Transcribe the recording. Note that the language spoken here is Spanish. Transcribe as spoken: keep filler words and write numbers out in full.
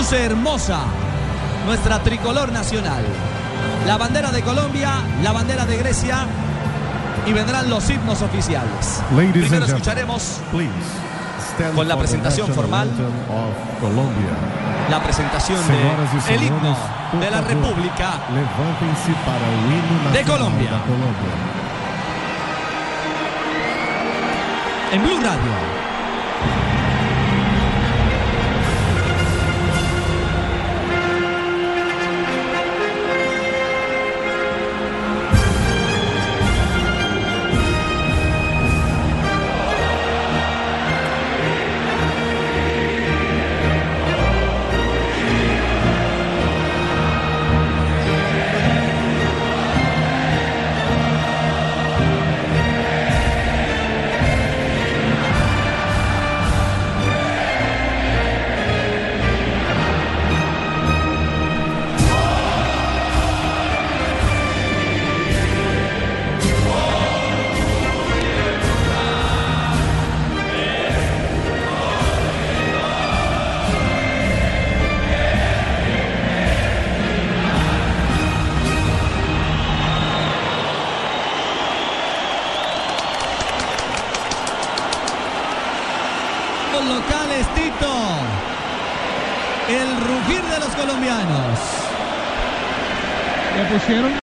luce hermosa nuestra tricolor nacional. La bandera de Colombia, la bandera de Grecia y vendrán los himnos oficiales. Ladies Primero and escucharemos please stand con la for the presentación national formal anthem of Colombia. la presentación Señoras y del señores, himno por de la favor, República levántense para el himno de nacional Colombia. de Colombia. En Blue Radio. Locales, Tito, el rugir de los colombianos. Le pusieron